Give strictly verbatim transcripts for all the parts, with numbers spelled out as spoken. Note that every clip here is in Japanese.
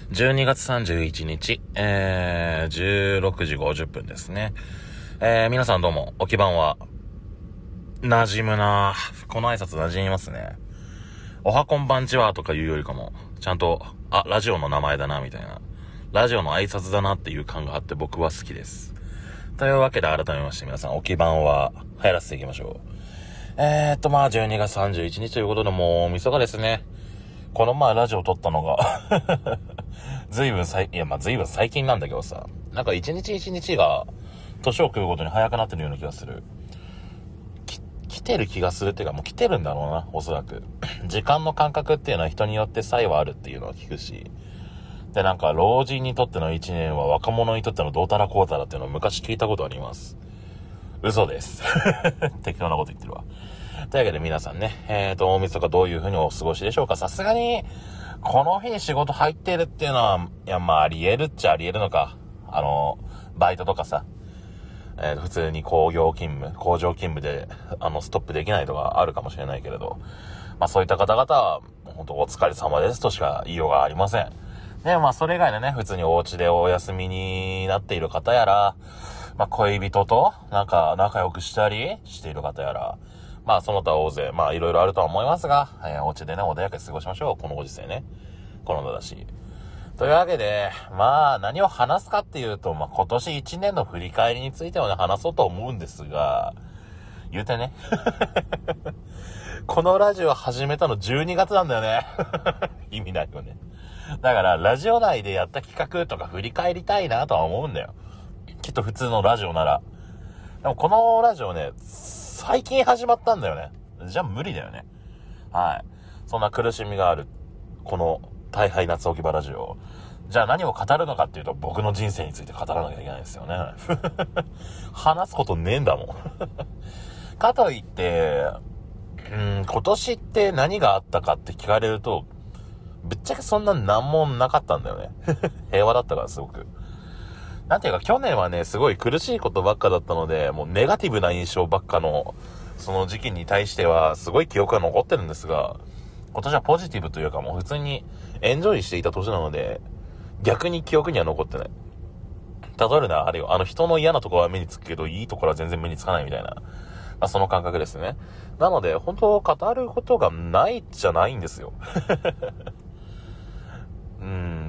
じゅうにがつさんじゅういちにち、えー、じゅうろくじごじゅっぷんですね。えー、皆さんどうも、おきばんは、馴染むなぁ。この挨拶馴染みますね。おはこんばんちはとか言うよりかも、ちゃんと、あ、ラジオの名前だな、みたいな。ラジオの挨拶だなっていう感があって僕は好きです。というわけで改めまして皆さん、おきばんは、流行らせていきましょう。えーっと、まあ、じゅうにがつさんじゅういちにちということでもう、みそがですね。この前ラジオ撮ったのが、ずいぶん最、いや、まあ、ずいぶん最近なんだけどさ、なんか一日一日が、年を食うごとに早くなってるような気がする。き、来てる気がするっていうか、もう来てるんだろうな、おそらく。時間の感覚っていうのは人によって差異はあるっていうのは聞くし、で、なんか、老人にとっての一年は若者にとってのどうたらこうたらっていうのを昔聞いたことあります。嘘です。適当なこと言ってるわ。というわけで皆さんね、えーと、大晦日どういう風にお過ごしでしょうか。さすがに、この日に仕事入ってるっていうのは、いや、まあ、あり得るっちゃあり得るのか。あの、バイトとかさ、えー、普通に工業勤務、工場勤務で、あの、ストップできないとかあるかもしれないけれど、まあ、そういった方々は、本当お疲れ様ですとしか言いようがありません。で、まあ、それ以外でね、普通にお家でお休みになっている方やら、まあ、恋人と、なんか、仲良くしたりしている方やら、まあ、その他大勢、まあ、いろいろあるとは思いますが、えー、お家でね、穏やかに過ごしましょう。このご時世ね。コロナだし。というわけで、まあ、何を話すかっていうと、まあ、今年いちねんの振り返りについてはね、話そうと思うんですが、言うてね。このラジオ始めたのじゅうにがつなんだよね。意味ないよね。だから、ラジオ内でやった企画とか振り返りたいなとは思うんだよ。きっと普通のラジオなら。でもこのラジオね、最近始まったんだよね。じゃあ無理だよね。はい。そんな苦しみがある、この大敗夏置き場ラジオ。じゃあ何を語るのかっていうと、僕の人生について語らなきゃいけないですよね。話すことねえんだもん。かといって、うん、今年って何があったかって聞かれると、ぶっちゃけそんな何もなかったんだよね。平和だったからすごく。なんていうか去年はね、すごい苦しいことばっかだったので、もうネガティブな印象ばっかの、その時期に対してはすごい記憶が残ってるんですが、今年はポジティブというかもう普通にエンジョイしていた年なので、逆に記憶には残ってない。例えるな、あれよ、あの人の嫌なところは目につくけど、いいところは全然目につかないみたいな、まあ、その感覚ですね。なので、本当語ることがないじゃないんですよ。うん、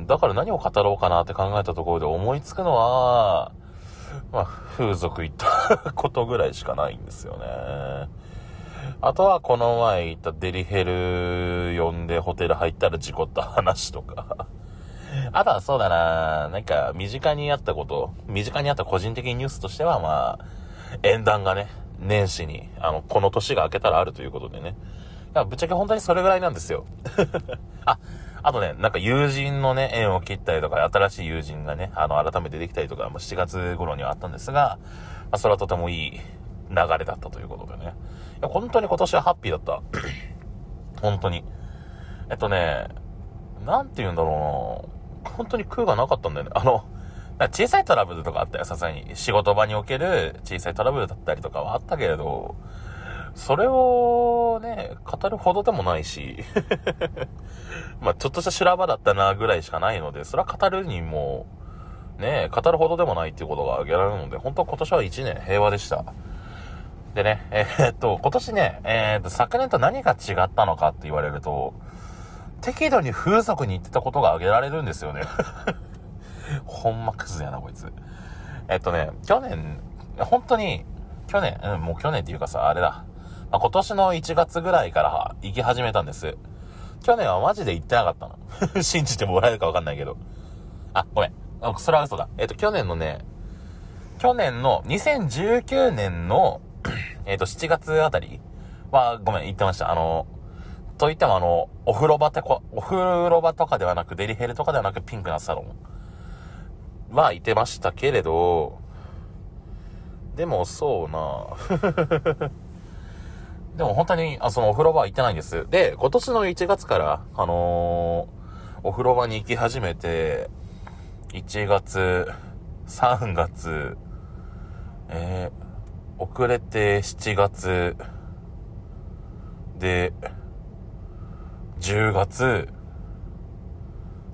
だから何を語ろうかなって考えたところで思いつくのは、まあ、風俗行ったことぐらいしかないんですよね。あとはこの前行ったデリヘル呼んでホテル入ったら事故った話とか。あとはそうだな、なんか身近にあったこと、身近にあった個人的ニュースとしてはまあ、縁談がね、年始に、あの、この年が明けたらあるということでね。ぶっちゃけ本当にそれぐらいなんですよ。あ、あとね、なんか友人のね、縁を切ったりとか、新しい友人がね、あの、改めてできたりとか、もうしちがつ頃にはあったんですが、まあ、それはとてもいい流れだったということでね。いや、本当に今年はハッピーだった。本当に。えっとね、なんて言うんだろうな、本当に空がなかったんだよね。あの、小さいトラブルとかあったよ、さすがに。仕事場における小さいトラブルだったりとかはあったけれど、それをね、語るほどでもないし、まあちょっとした修羅場だったなぐらいしかないので、それは語るにも、ね、語るほどでもないっていうことが挙げられるので、本当今年はいちねん平和でした。でね、えー、っと、今年ね、えー、っと、昨年と何が違ったのかって言われると、適度に風俗に行ってたことが挙げられるんですよね。ほんまクズやな、こいつ。えっとね、去年、本当に、去年、うん、もう去年っていうかさ、あれだ。まあ、今年のいちがつぐらいから行き始めたんです。去年はマジで行ってなかったの。信じてもらえるかわかんないけど。あ、ごめん。それは嘘だ。えっと、去年のね、去年のにせんじゅうきゅうねんの、えっと、しちがつあたりは、ごめん、行ってました。あの、といってもあの、お風呂場ってこ、お風呂場とかではなく、デリヘルとかではなく、ピンクなサロンは行ってましたけれど、でもそうなでも本当に、あ、そのお風呂場は行ってないんです。で、今年のいちがつから、あのー、お風呂場に行き始めて、いちがつ、さんがつ、えー、遅れてしちがつ、で、じゅうがつ、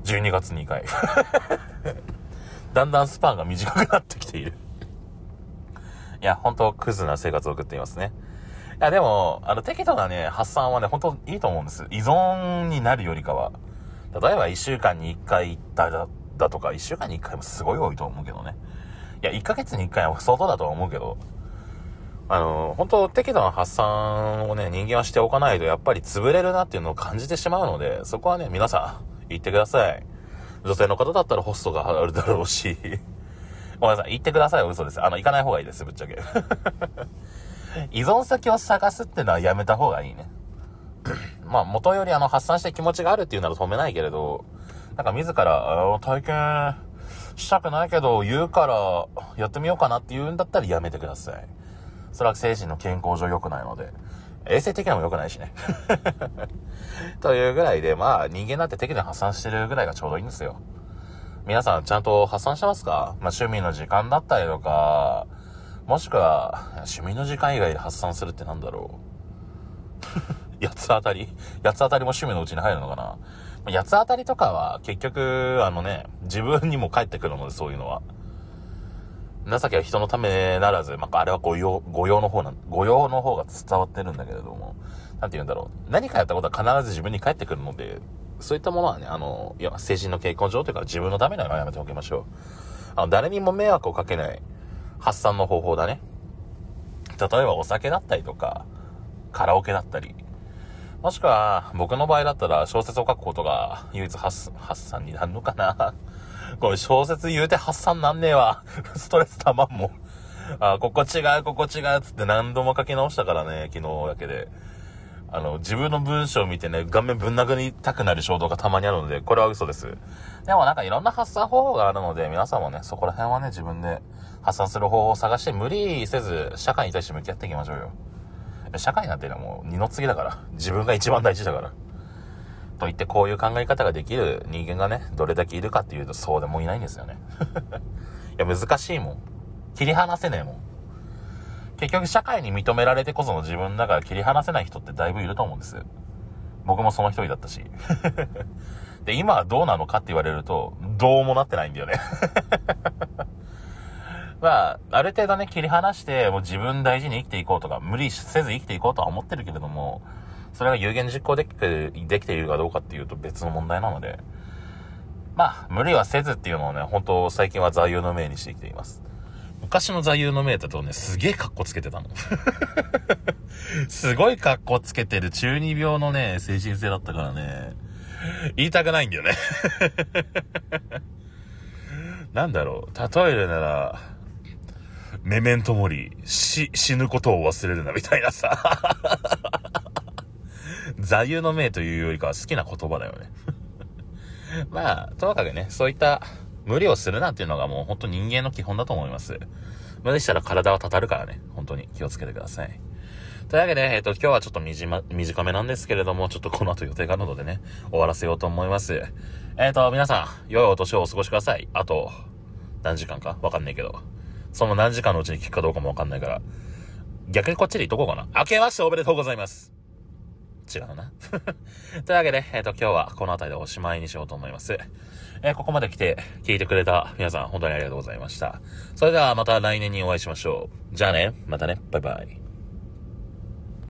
じゅうにがつにかい。だんだんスパンが短くなってきている。いや、本当クズな生活を送っていますね。いや、でも、あの、適度なね、発散はね、本当いいと思うんです。依存になるよりかは。例えば、いっしゅうかんにいっかい行っただ、だとか、いっしゅうかんにいっかいもすごい多いと思うけどね。いや、いっかげつにいっかいは相当だとは思うけど、あの、本当適度な発散をね、人間はしておかないと、やっぱり潰れるなっていうのを感じてしまうので、そこはね、皆さん、言ってください。女性の方だったらホストがあるだろうし、ごめんなさい、言ってくださいは嘘です。あの、行かない方がいいです、ぶっちゃけ。依存先を探すってのはやめた方がいいね。まあ、元よりあの、発散して気持ちがあるっていうなら止めないけれど、なんか自ら、体験したくないけど、言うからやってみようかなって言うんだったらやめてください。それは精神の健康上良くないので、衛生的にも良くないしね。というぐらいで、まあ、人間だって適度に発散してるぐらいがちょうどいいんですよ。皆さんちゃんと発散してますか？まあ、趣味の時間だったりとか、もしくは、趣味の時間以外で発散するってなんだろう。八つ当たり八つ当たりも趣味のうちに入るのかな。八つ当たりとかは結局、あのね、自分にも返ってくるので、そういうのは。情けは人のためならず、まあ、あれは御用、御用の方なん、御用の方が伝わってるんだけれども、なんて言うんだろう。何かやったことは必ず自分に返ってくるので、そういったものはね、あの、いや、精神の健康上というか自分のためならやめておきましょう。あの、誰にも迷惑をかけない発散の方法だね。例えばお酒だったりとか、カラオケだったり、もしくは、僕の場合だったら小説を書くことが唯一発、発散になるのかな。これ小説言うて発散なんねえわ。ストレスたまんもん。あ、ここ違う、ここ違うつって何度も書き直したからね、昨日だけで。あの、自分の文章を見てね、顔面ぶん殴りたくなる衝動がたまにあるので、これは嘘です。でもなんかいろんな発散方法があるので、皆さんもね、そこら辺はね、自分で発散する方法を探して無理せず、社会に対して向き合っていきましょうよ。社会なんていうのはもう二の次だから。自分が一番大事だから。と言ってこういう考え方ができる人間がね、どれだけいるかっていうとそうでもいないんですよね。いや、難しいもん。切り離せねえもん。結局社会に認められてこその自分だから切り離せない人ってだいぶいると思うんです。僕もその一人だったし。で、今はどうなのかって言われると、どうもなってないんだよね。まあ、ある程度ね、切り離して、もう自分大事に生きていこうとか、無理せず生きていこうとは思ってるけれども、それが有言実行できて、できているかどうかっていうと別の問題なので、まあ、無理はせずっていうのをね、本当最近は座右の銘にしてきています。昔の座右の銘だとね、すげえカッコつけてたの。すごいカッコつけてる中二病のね、精神性だったからね、言いたくないんだよね。なんだろう、例えるなら、メメントモリ、死、死ぬことを忘れるな、みたいなさ。座右の銘というよりかは好きな言葉だよね。まあ、ともかくね、そういった無理をするなっていうのがもう本当人間の基本だと思います。無理したら体はたたるからね、本当に気をつけてください。というわけで、えっと、今日はちょっと短、短めなんですけれども、ちょっとこの後予定があるのでね、終わらせようと思います。えっと、皆さん、良いお年をお過ごしください。あと、何時間かわかんないけど。その何時間のうちに聞くかどうかもわかんないから、逆にこっちで言っとこうかな。明けましておめでとうございます。違うな。というわけで、えっと、今日はこの辺りでおしまいにしようと思います。えー、ここまで来て聞いてくれた皆さん、本当にありがとうございました。それではまた来年にお会いしましょう。じゃあね、またね、バイバイ。